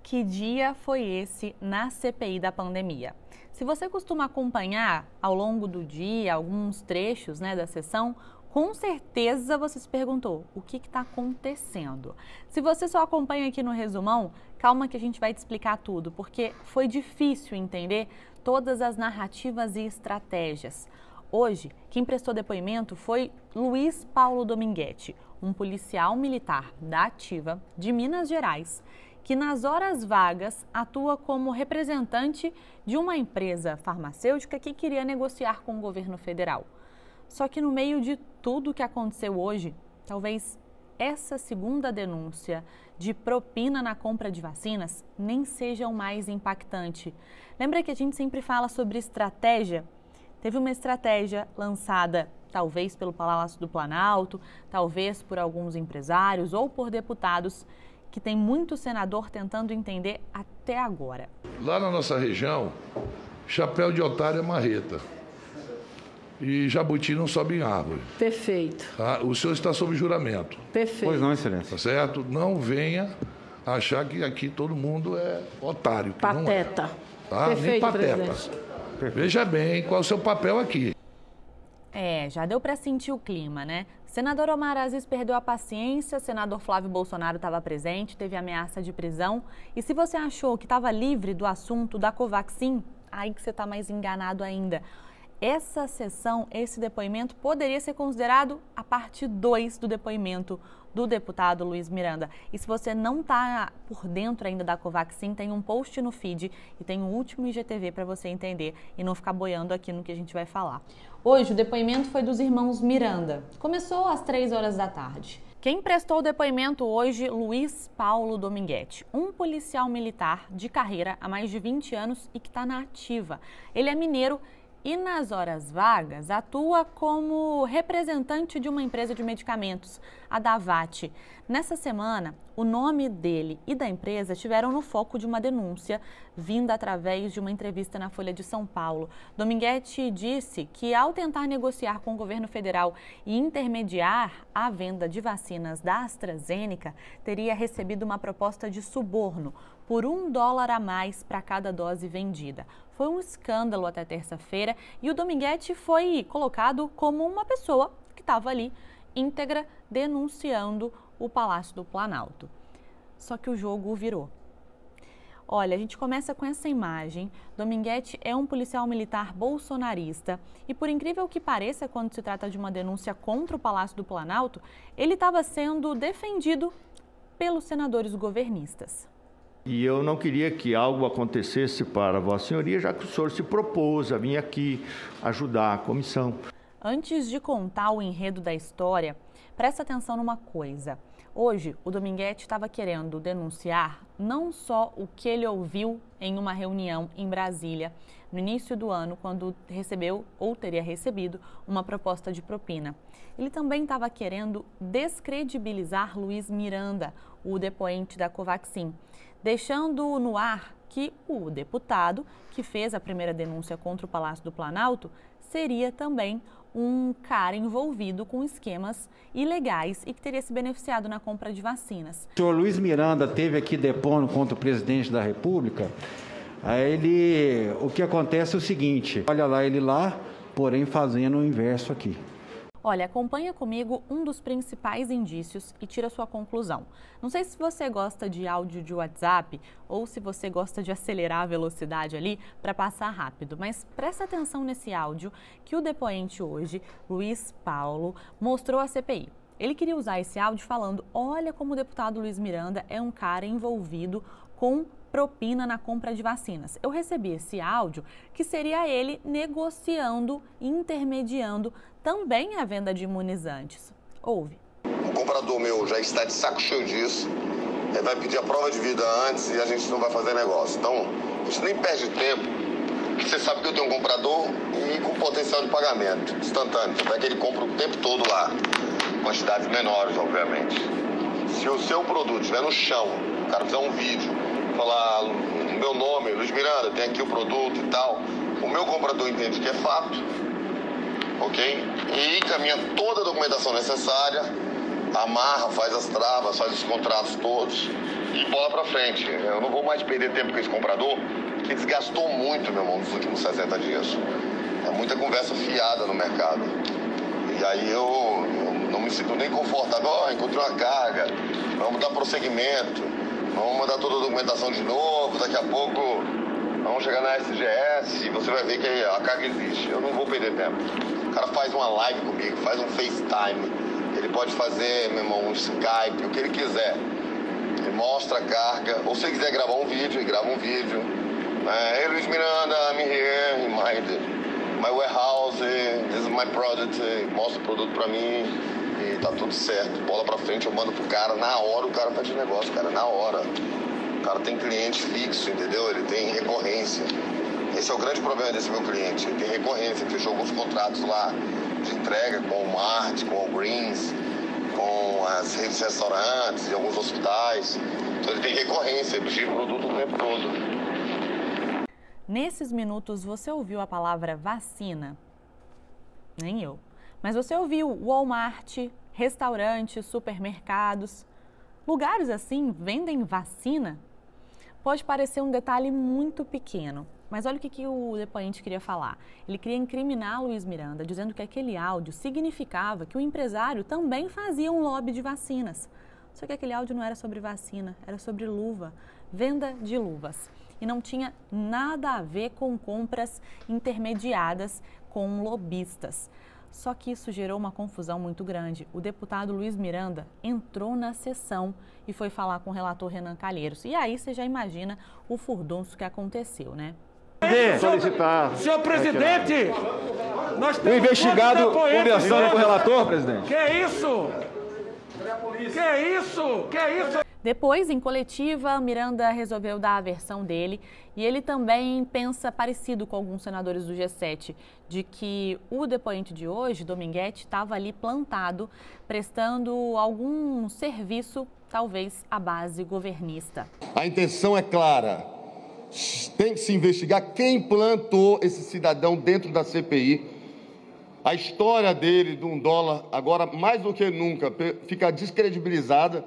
Que dia foi esse na CPI da pandemia? Se você costuma acompanhar ao longo do dia alguns trechos, da sessão, com certeza você se perguntou o que está acontecendo. Se você só acompanha aqui no resumão, calma que a gente vai te explicar tudo, porque foi difícil entender todas as narrativas e estratégias. Hoje, quem prestou depoimento foi Luiz Paulo Dominguete, um policial militar da Ativa de Minas Gerais, que nas horas vagas atua como representante de uma empresa farmacêutica que queria negociar com o governo federal. Só que no meio de tudo que aconteceu hoje, talvez essa segunda denúncia de propina na compra de vacinas nem seja o mais impactante. Lembra que a gente sempre fala sobre estratégia? Teve uma estratégia lançada talvez pelo Palácio do Planalto, talvez por alguns empresários ou por deputados, que tem muito senador tentando entender até agora. Lá na nossa região, chapéu de otário é marreta. E jabuti não sobe em árvore. Perfeito. Tá? O senhor está sob juramento. Perfeito. Pois não, excelência. Tá certo? Não venha achar que aqui todo mundo é otário. Que Pateta. Não é. Tá? Perfeito, nem pateta. presidente. Veja bem qual é o seu papel aqui. Já deu para sentir o clima, né? Senador Omar Aziz perdeu a paciência, senador Flávio Bolsonaro estava presente, teve ameaça de prisão. E se você achou que estava livre do assunto da Covaxin, aí que você está mais enganado ainda. Essa sessão, esse depoimento, poderia ser considerado a parte 2 do depoimento do deputado Luiz Miranda. E se você não está por dentro ainda da Covaxin, tem um post no feed e tem um último IGTV para você entender e não ficar boiando aqui no que a gente vai falar. Hoje, o depoimento foi dos irmãos Miranda. Começou às 3 horas da tarde. Quem prestou o depoimento hoje, Luiz Paulo Dominguete, um policial militar de carreira há mais de 20 anos e que está na ativa. Ele é mineiro e nas horas vagas atua como representante de uma empresa de medicamentos, a Davat. Nessa semana, o nome dele e da empresa estiveram no foco de uma denúncia vinda através de uma entrevista na Folha de São Paulo. Dominguete disse que ao tentar negociar com o governo federal e intermediar a venda de vacinas da AstraZeneca, teria recebido uma proposta de suborno por $1 a mais para cada dose vendida. Foi um escândalo até terça-feira e o Dominguete foi colocado como uma pessoa que estava ali íntegra denunciando o Palácio do Planalto. Só que o jogo virou. Olha, a gente começa com essa imagem. Dominguete é um policial militar bolsonarista e, por incrível que pareça, quando se trata de uma denúncia contra o Palácio do Planalto, ele estava sendo defendido pelos senadores governistas. E eu não queria que algo acontecesse para Vossa Senhoria, já que o senhor se propôs a vir aqui ajudar a comissão. Antes de contar o enredo da história, presta atenção numa coisa. Hoje, o Dominguete estava querendo denunciar não só o que ele ouviu em uma reunião em Brasília, no início do ano, quando recebeu ou teria recebido uma proposta de propina. Ele também estava querendo descredibilizar Luiz Miranda, o depoente da Covaxin, deixando no ar que o deputado que fez a primeira denúncia contra o Palácio do Planalto seria também um cara envolvido com esquemas ilegais e que teria se beneficiado na compra de vacinas. O senhor Luiz Miranda teve aqui depondo contra o presidente da República. O que acontece é o seguinte, olha lá ele lá, porém fazendo o inverso aqui. Olha, acompanha comigo um dos principais indícios e tira sua conclusão. Não sei se você gosta de áudio de WhatsApp ou se você gosta de acelerar a velocidade ali para passar rápido, mas presta atenção nesse áudio que o depoente hoje, Luiz Paulo, mostrou à CPI. Ele queria usar esse áudio falando, olha como o deputado Luiz Miranda é um cara envolvido com propina na compra de vacinas. Eu recebi esse áudio que seria ele negociando, intermediando também a venda de imunizantes. Ouve. O comprador meu já está de saco cheio disso, ele vai pedir a prova de vida antes e a gente não vai fazer negócio. Então, a gente nem perde tempo, porque você sabe que eu tenho um comprador e com potencial de pagamento instantâneo, até que ele compra o tempo todo lá, quantidades menores, obviamente. Se o seu produto estiver no chão, o cara fizer um vídeo, falar o meu nome, Luiz Miranda, tem aqui o produto e tal, o meu comprador entende que é fato, ok? E encaminha toda a documentação necessária, amarra, faz as travas, faz os contratos todos e bola pra frente. Eu não vou mais perder tempo com esse comprador, que desgastou muito, meu irmão, nos últimos 60 dias. É muita conversa fiada no mercado. E aí eu não me sinto nem confortável. Encontrei uma carga, vamos dar prosseguimento, vamos mandar toda a documentação de novo, daqui a pouco vamos chegar na SGS e você vai ver que a carga existe. Eu não vou perder tempo. O cara faz uma live comigo, faz um FaceTime, ele pode fazer, meu irmão, um Skype, o que ele quiser. Ele mostra a carga, ou se ele quiser gravar um vídeo, ele grava um vídeo. Hey, Luiz Miranda, I'm here in my warehouse, this is my product, mostra o produto pra mim e tá tudo certo. Bola pra frente, eu mando pro cara, na hora o cara faz de negócio, cara, na hora. O cara tem cliente fixo, entendeu? Ele tem recorrência. Esse é o grande problema desse meu cliente, ele tem recorrência, ele fechou alguns contratos lá de entrega com o Mart, com o Greens, com as redes de restaurantes e alguns hospitais. Então ele tem recorrência, ele precisa de produto o tempo todo. Nesses minutos, você ouviu a palavra vacina? Nem eu. Mas você ouviu Walmart, restaurantes, supermercados. Lugares assim vendem vacina? Pode parecer um detalhe muito pequeno, mas olha o que o depoente queria falar. Ele queria incriminar Luiz Miranda, dizendo que aquele áudio significava que o empresário também fazia um lobby de vacinas. Só que aquele áudio não era sobre vacina, era sobre luva, venda de luvas. E não tinha nada a ver com compras intermediadas com lobistas. Só que isso gerou uma confusão muito grande. O deputado Luiz Miranda entrou na sessão e foi falar com o relator Renan Calheiros. E aí você já imagina o furdunço que aconteceu, né? Solicitar. Senhor presidente, nós O temos investigado conversando com o relator, presidente. Que é isso? Que é isso? Que é isso? Depois, em coletiva, Miranda resolveu dar a versão dele e ele também pensa parecido com alguns senadores do G7, de que o depoente de hoje, Dominguete, estava ali plantado, prestando algum serviço, talvez, à base governista. A intenção é clara, tem que se investigar quem plantou esse cidadão dentro da CPI. A história dele de $1, agora mais do que nunca, fica descredibilizada.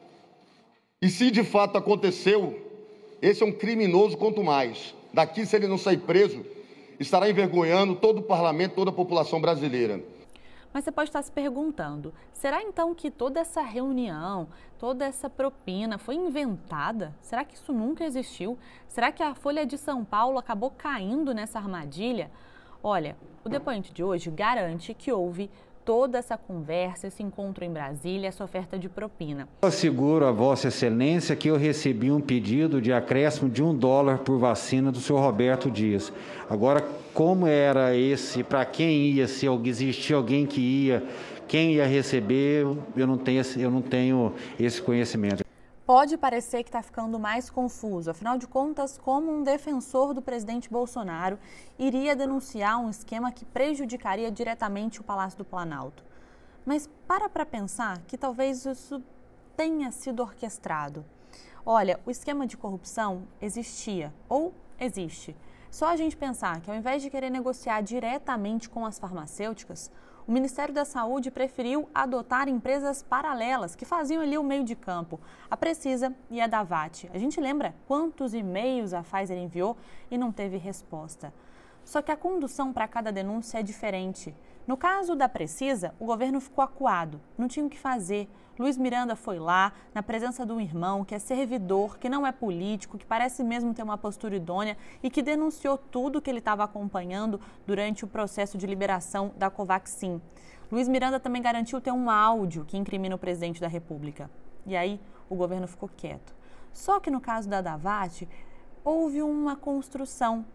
E se de fato aconteceu, esse é um criminoso quanto mais. Daqui, se ele não sair preso, estará envergonhando todo o parlamento, toda a população brasileira. Mas você pode estar se perguntando, será então que toda essa reunião, toda essa propina foi inventada? Será que isso nunca existiu? Será que a Folha de São Paulo acabou caindo nessa armadilha? Olha, o depoente de hoje garante que houve toda essa conversa, esse encontro em Brasília, essa oferta de propina. Eu asseguro a Vossa Excelência que eu recebi um pedido de acréscimo de $1 por vacina do senhor Roberto Dias. Agora, como era esse, para quem ia, se existia alguém que ia, quem ia receber, eu não tenho esse conhecimento. Pode parecer que está ficando mais confuso, afinal de contas, como um defensor do presidente Bolsonaro iria denunciar um esquema que prejudicaria diretamente o Palácio do Planalto. Mas para pensar que talvez isso tenha sido orquestrado. Olha, o esquema de corrupção existia ou existe. Só a gente pensar que ao invés de querer negociar diretamente com as farmacêuticas, o Ministério da Saúde preferiu adotar empresas paralelas que faziam ali o meio de campo, a Precisa e a Davat. A gente lembra quantos e-mails a Pfizer enviou e não teve resposta. Só que a condução para cada denúncia é diferente. No caso da Precisa, o governo ficou acuado, não tinha o que fazer. Luiz Miranda foi lá, na presença do irmão, que é servidor, que não é político, que parece mesmo ter uma postura idônea e que denunciou tudo que ele estava acompanhando durante o processo de liberação da Covaxin. Luiz Miranda também garantiu ter um áudio que incrimina o presidente da República. E aí, o governo ficou quieto. Só que no caso da Davat, houve uma construção.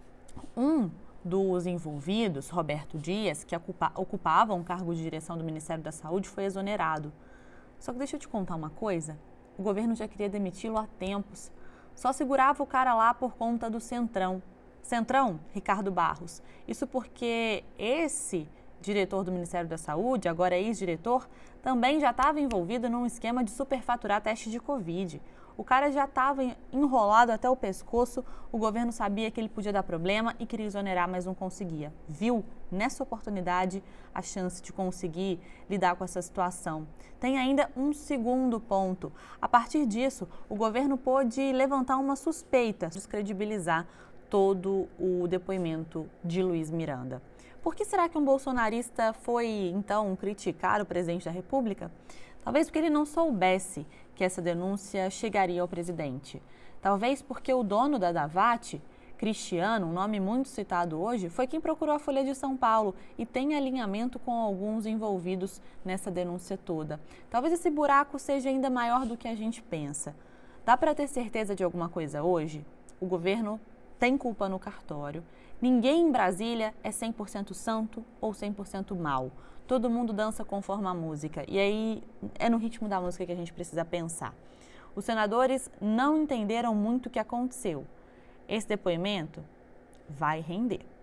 Um dos envolvidos, Roberto Dias, que ocupava um cargo de direção do Ministério da Saúde, foi exonerado. Só que deixa eu te contar uma coisa, o governo já queria demiti-lo há tempos. Só segurava o cara lá por conta do Centrão. Centrão, Ricardo Barros. Isso porque esse diretor do Ministério da Saúde, agora ex-diretor, também já estava envolvido num esquema de superfaturar teste de Covid. O cara já estava enrolado até o pescoço, o governo sabia que ele podia dar problema e queria exonerar, mas não conseguia. Viu nessa oportunidade a chance de conseguir lidar com essa situação. Tem ainda um segundo ponto. A partir disso, o governo pôde levantar uma suspeita, descredibilizar todo o depoimento de Luiz Miranda. Por que será que um bolsonarista foi, então, criticar o presidente da República? Talvez porque ele não soubesse que essa denúncia chegaria ao presidente. Talvez porque o dono da Davat, Cristiano, um nome muito citado hoje, foi quem procurou a Folha de São Paulo e tem alinhamento com alguns envolvidos nessa denúncia toda. Talvez esse buraco seja ainda maior do que a gente pensa. Dá para ter certeza de alguma coisa hoje? O governo tem culpa no cartório. Ninguém em Brasília é 100% santo ou 100% mau. Todo mundo dança conforme a música. E aí é no ritmo da música que a gente precisa pensar. Os senadores não entenderam muito o que aconteceu. Esse depoimento vai render.